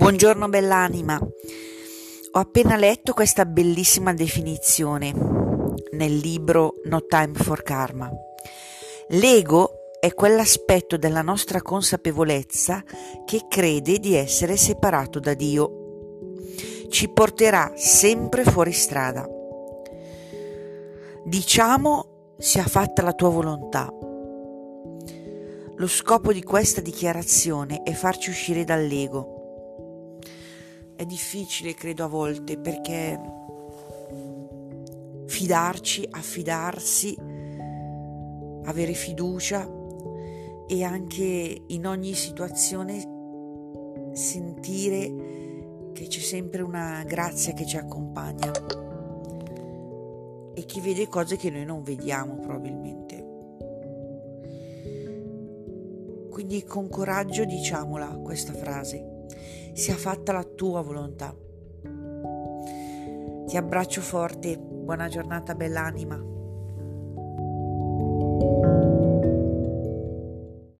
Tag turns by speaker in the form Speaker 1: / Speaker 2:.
Speaker 1: Buongiorno bell'anima, ho appena letto questa bellissima definizione nel libro No Time for Karma. L'ego è quell'aspetto della nostra consapevolezza che crede di essere separato da Dio. Ci porterà sempre fuori strada. Diciamo sia fatta la tua volontà. Lo scopo di questa dichiarazione è farci uscire dall'ego. È difficile, credo, a volte, perché affidarsi, avere fiducia e anche in ogni situazione sentire che c'è sempre una grazia che ci accompagna e che vede cose che noi non vediamo probabilmente. Quindi con coraggio diciamola questa frase: sia fatta la tua volontà. Ti abbraccio forte, buona giornata bell'anima.